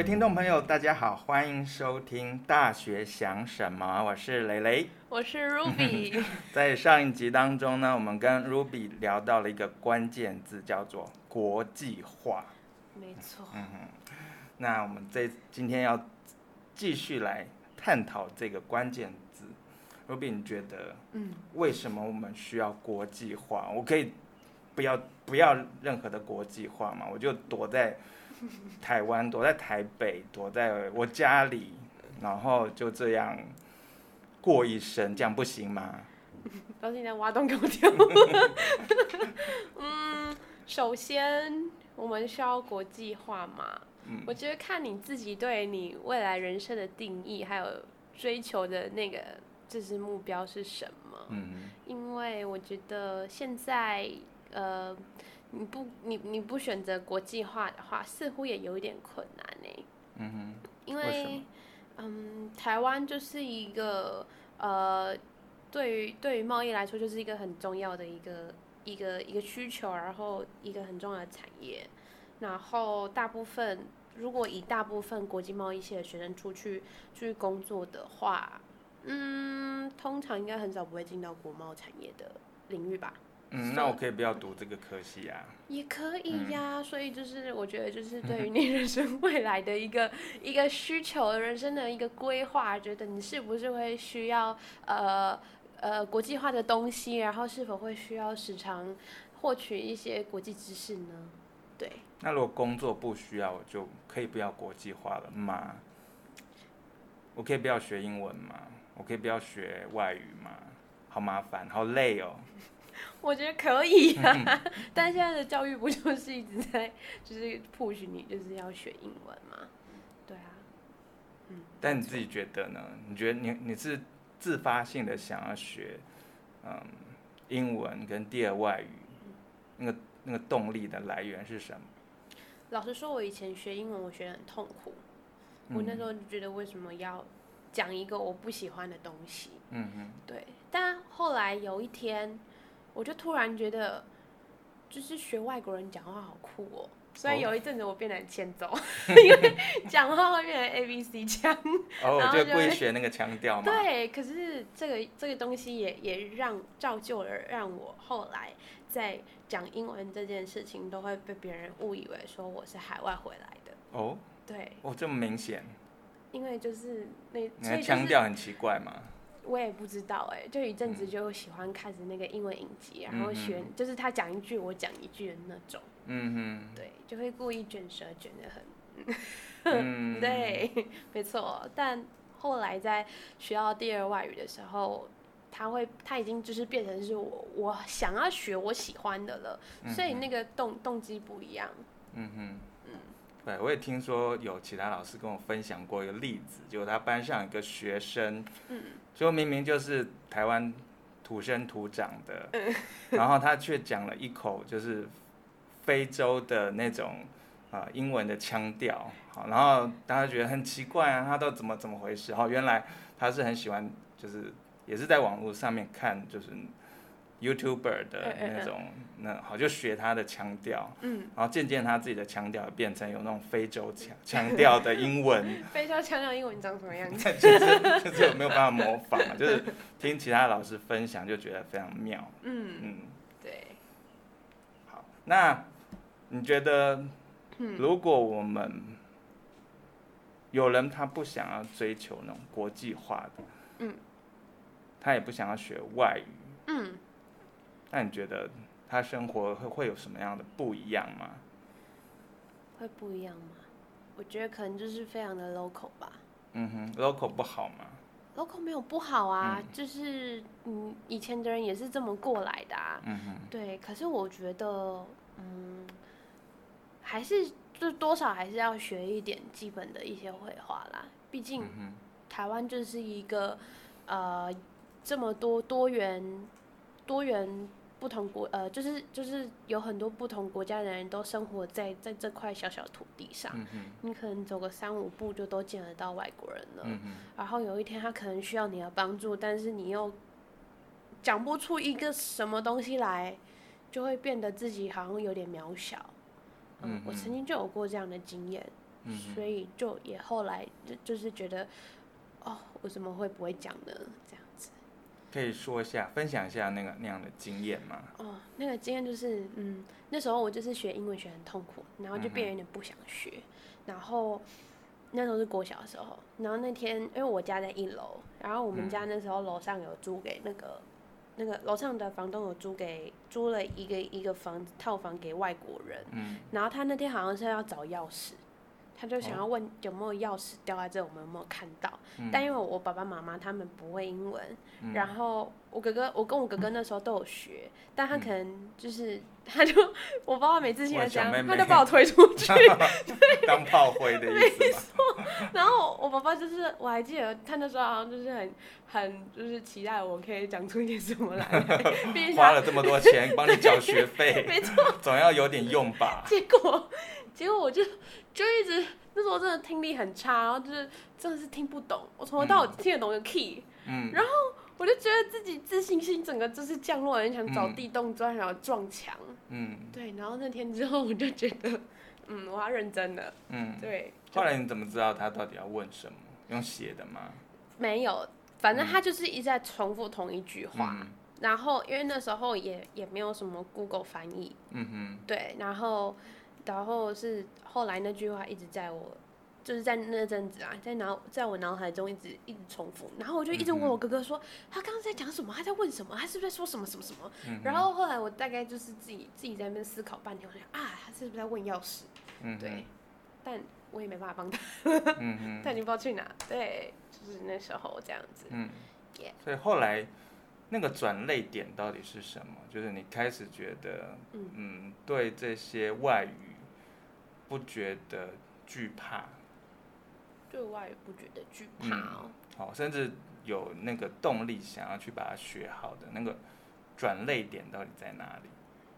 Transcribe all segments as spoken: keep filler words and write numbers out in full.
听众朋友，大家好，欢迎收听《大学想什么》，我是蕾蕾， 我是 Ruby。 在上一集当中呢，我们跟 Ruby 聊到了一个关键字，叫做国际化。 没错。 嗯哼，那我们这今天要继续来探讨这个关键字。Ruby， 你觉得，嗯，为什么我们需要国际化？我可以不要不要任何的国际化嘛？我就躲在台湾，躲在台北，躲在我家里，然后就这样过一生，这样不行吗？ 不要你在挖洞给我跳。嗯，首先我们需要国际化嘛？嗯，我觉得看你自己对你未来人生的定义，还有追求的那个就是目标是什么？嗯，因为我觉得现在呃。你不你你不选择国际化的话，似乎也有一点困难呢。嗯哼。因为，嗯，台湾就是一个呃，对于对于贸易来说，就是一个很重要的一个一个一个需求，然后一个很重要的产业。然后大部分如果以大部分国际贸易系的学生出去出去工作的话，嗯，通常应该很少不会进到国贸产业的领域吧。 嗯，那我可以不要读这个科系啊？ 也可以呀、啊嗯，所以就是我觉得就是对于你人生未来的一个一个需求，人生的一个规划，觉得你是不是会需要呃呃国际化的东西，然后是否会需要时常获取一些国际知识呢？对。 那如果工作不需要，我就可以不要国际化了吗？我可以不要学英文吗？我可以不要学外语吗？好麻烦，好累哦。 我觉得可以啊，但现在的教育不就是一直在就是 push 你就是要学英文吗？对啊， 嗯。但你自己觉得呢？你觉得你你是自发性的想要学，嗯，英文跟第二外语，那个那个动力的来源是什么？ 老实说，我以前学英文我学得很痛苦，我那时候就觉得为什么要讲一个我不喜欢的东西？嗯哼，对。但后来有一天。我就突然觉得，就是学外国人讲话好酷哦，所以有一阵子我变得很欠揍， oh. 因为讲话会变成 A B C 腔， 哦、oh, ，就故意学那个腔调嘛。 对，可是这个这个东西也也让造就了让我后来在讲英文这件事情都会被别人误以为说我是海外回来的。哦、 oh? 对。 哦，这么明显。 因为就是那， 你的腔调很奇怪嘛。 我也不知道哎、欸，就一陣子就喜歡看着那個英文影集，然後學、嗯，就是他講一句我講一句的那種。嗯哼。對，就會故意捲舌捲得很，嗯，對，沒錯。但後來在學到第二外語的時候，他會，他已經就是變成是我我想要學我喜歡的了，嗯、所以那個動動機不一樣。嗯哼。 对，我也聽說有其他老師跟我分享過一個例子，就是他班上有一個學生，嗯，就明明就是台灣土生土長的，嗯，然後他卻講了一口就是非洲的那種、呃、英文的腔調，好，然後大家覺得很奇怪啊，他都怎麼怎麼回事？好，原來他是很喜歡，就是也是在網絡上面看，就是。YouTuber 的那種，那好就學他的腔調，嗯，然後漸漸他自己的腔調變成有那種非洲腔腔調的英文。 非洲腔調英文長什麼樣子？ 就是就是沒有辦法模仿，就是聽其他老師分享就覺得非常妙。嗯嗯， 對。 好，那你覺得，如果我們有人他不想要追求那種國際化的，嗯，他也不想要學外語，嗯。那你覺得他生活會會有什麼樣的不一樣嗎？ 會不一樣嗎？我覺得可能就是非常的 local 吧。 嗯哼 ，local 不好嗎 ？local 沒有不好啊，嗯、就是嗯，以前的人也是這麼過來的啊。嗯哼。對，可是我覺得，嗯，還是就多少還是要學一點基本的一些會話啦。畢竟、嗯、台灣就是一個呃這麼多多元多元。不同國呃，就是就是有很多不同國家的人都生活在在這塊小小土地上，嗯、你可能走個三五步就都見得到外國人了、嗯。然後有一天他可能需要你的幫助，但是你又講不出一個什麼東西來，就會變得自己好像有點渺小。嗯，嗯我曾經就有過這樣的經驗。 嗯， 所以就也后来就就是觉得，哦，我怎么会不会讲呢？这样子。 可以说一下，分享一下那个那样的经验吗？ 哦，那个经验就是，嗯，那时候我就是学英文学很痛苦，然后就变得有点不想学，嗯、然后那时候是国小的时候，然后那天因为我家在一楼，然后我们家那时候楼上有租给那个、嗯、那个楼上的房东有租给租了一个一个房套房给外国人，嗯，然后他那天好像是要找钥匙。他就想要问有没有钥匙掉在这，我们有没有看到？嗯、但因为我爸爸妈妈他们不会英文，嗯、然后我哥哥，我跟我哥哥那时候都有学，但他可能就是，嗯、他就我不知道他每次现在这样，妹妹他就把我推出去， 当炮灰的意思。 没错。然后我爸爸就是，我还记得他那时候好像就是很很就是期待我可以讲出一点什么来， 花了这么多钱帮你缴学费， 没错， 总要有点用吧。 结果。结果我就就一直那时候真的听力很差，然后就是真的是听不懂，我从头到尾听得懂个 key，嗯，然后我就觉得自己自信心整个就是降落，很想找地洞钻，然后撞墙，嗯，对，然后那天之后我就觉得，嗯，我要认真了，嗯，对。 后来你怎么知道他到底要问什么？用写的吗？ 没有，反正他就是一直在重复同一句话，嗯、然后因为那时候也也没有什么 Google 翻译，嗯哼，对，然后。然后是后来那句话一直在我，就是在那阵子啊，在脑在我脑海中一直一直重复，然后我就一直问我哥哥说，嗯、他刚刚在讲什么？他在问什么？他是不是在说什么什么什么？嗯、然后后来我大概就是自己自己在那边思考半天，我想啊，他是不是在问钥匙？嗯、对，但我也没办法帮他，嗯、他已经不知道去哪。对，就是那时候这样子。嗯， yeah. 所以后来。那个转捩点到底是什么？就是你开始觉得，嗯，嗯对这些外语不觉得惧怕， 对外语不觉得惧怕哦， 嗯、好，甚至有那个动力想要去把它学好的那个转捩点到底在哪里？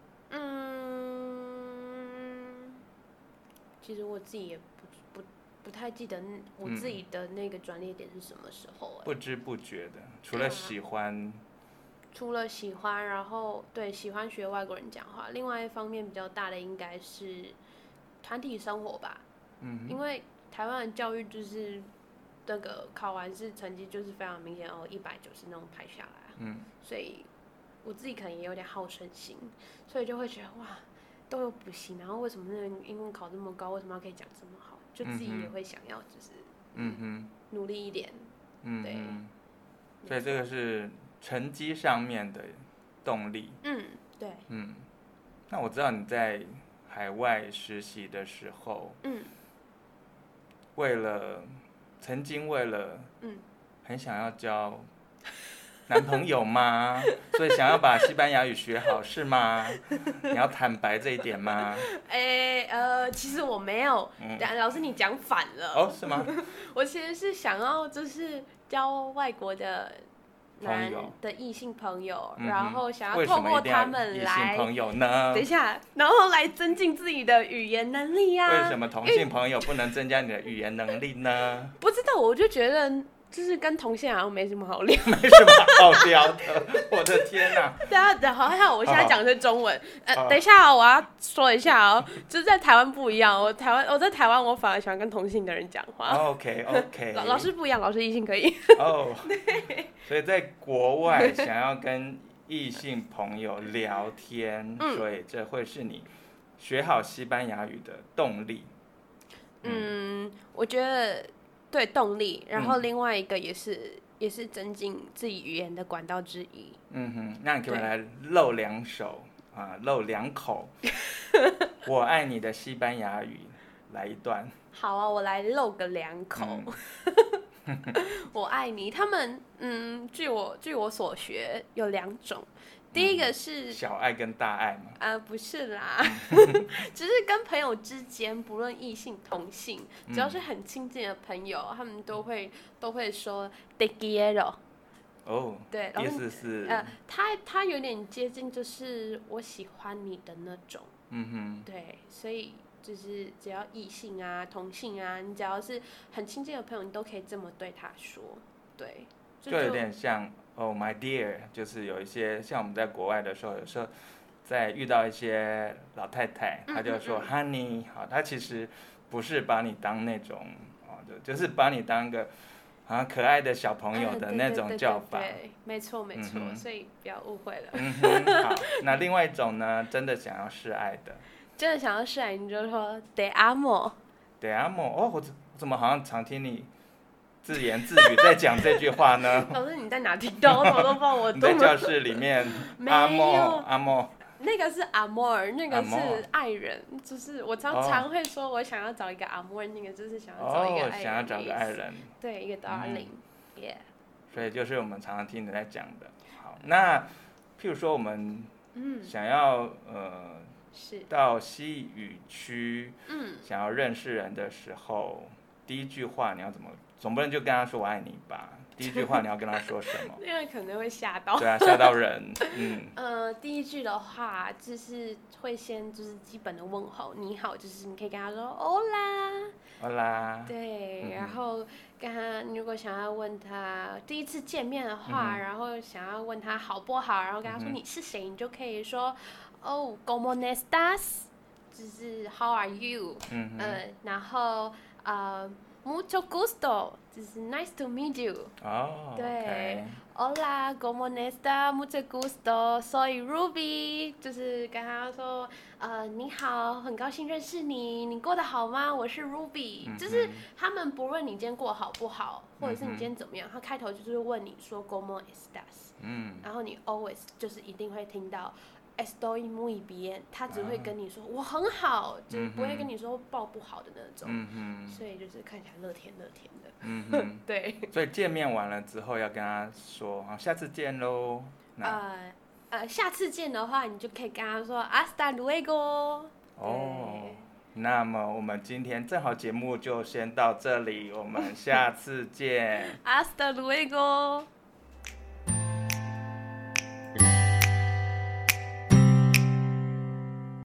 嗯，其实我自己也不不不太记得我自己的那个转捩点是什么时候、欸， 不知不觉的，除了喜欢。 除了喜欢，然后对喜欢学外国人讲话，另外一方面比较大的应该是团体生活吧。嗯，因为台湾的教育就是那个考完试成绩就是非常明显哦，一百九十那种排下来。嗯，所以我自己可能也有点好胜心，所以就会觉得哇，都有补习，然后为什么那个英文考这么高，为什么要可以讲这么好？就自己也会想要就是嗯哼努力一点。嗯，对。 所以这个是。成绩上面的动力， 嗯，对， 嗯，那我知道你在海外实习的时候，嗯，为了曾经为了，嗯，很想要交男朋友吗？所以想要把西班牙语学好是吗？你要坦白这一点吗？ 哎、欸，呃，其实我没有，嗯、老师你讲反了。 哦，是吗？ 我其实是想要就是交外国的。男的异性朋友，嗯、然后想要透过他们来， 朋友呢？ 等一下，然后来增进自己的语言能力呀、啊。 为什么同性朋友不能增加你的语言能力呢？ 不知道，我就觉得就是跟同性好像没什么好聊， 没什么好聊的。我的天哪、啊！ 对啊，等好像我现在讲的是中文。呃，等一下、哦，我要说一下哦，就是在台湾不一样。我台湾，我在台湾，我反而喜欢跟同性的人讲话。 OK OK。 老老师不一样，老师异性可以。 哦。对。所以在国外想要跟异性朋友聊天，嗯、所以这会是你学好西班牙语的动力。 嗯，嗯我觉得。对动力，然后另外一个也是、嗯、也是增进自己语言的管道之一。 嗯哼，那你可不可以来露两手啊，露两口？我爱你的西班牙语，来一段。 好啊，我来露个两口。嗯、我爱你，他们嗯，据我据我所学有两种。第一个是、 嗯、小爱跟大爱嘛？ 呃，不是啦，只是跟朋友之间，不论异性同性，只要是很亲近的朋友，嗯、他们都会都会说 te quiero。 哦， 对， 意思是呃，他他有点接近，就是我喜欢你的那种。嗯哼。对，所以就是只要异性啊、同性啊，你只要是很亲近的朋友，你都可以这么对他说。对， 就, 就有点像。Oh my dear， 就是有一些像我们在国外的时候，有时候在遇到一些老太太，她就说 honey， 好，她其实不是把你当那种哦，就就是把你当个好像可爱的小朋友的那种叫法。 对对对对，没错没错、嗯，所以不要误会了。 嗯哼，好，那另外一种呢，真的想要示爱的， 真的想要示爱，你就说 Te amo。Te amo， 哦，我怎么好像常听你自言自语在讲这句话呢？ 老师你在哪听到？我怎么都不知道我。 你在教室里面。阿莫阿莫。 那个是 amor， 那个是爱人，就是我常常会说我想要找一个 amor， 那个就是想要找一个爱人。 哦，想要找个爱人。 对，一个 darling， 嗯 yeah。所以就是我们常常听人在讲的。好，那譬如说我们想要、嗯、呃。 是到西语区，嗯，想要认识人的时候，第一句话你要怎么？总不能就跟他说我爱你吧？第一句话你要跟他说什么？ 因为可能会吓到。 对啊，吓到人。嗯。 呃，第一句的话就是会先就是基本的问候，你好，就是你可以跟他说 Hola。Hola。对、嗯，然后跟他，如果想要问他第一次见面的话、嗯，然后想要问他好不好，然后跟他说你是谁、嗯，你就可以说。哦 ，¿Cómo estás？ 就是 How are you？ 嗯呃，然后呃 ，Mucho gusto， 就是 Nice to meet you。 哦， 对 ，Hola，¿Cómo estás？Mucho gusto，Soy Ruby， 就是跟他说，呃，你好，很高兴认识你，你过得好吗？我是 Ruby，、嗯、就是他们不论你今天过得好不好，或者是你今天怎么样，他开头就是问你说 ¿Cómo estás？ 嗯，然后你 always 就是一定会听到。Estoy muy bien， 他只会跟你说、啊、我很好，就是不会跟你说报不好的那种，嗯、所以就是看起来乐天乐天的。嗯对。 所以见面完了之后要跟他说，好，下次见喽。 呃呃，下次见的话，你就可以跟他说 Hasta luego。 哦，那么我们今天正好节目就先到这里，我们下次见。 Hasta luego。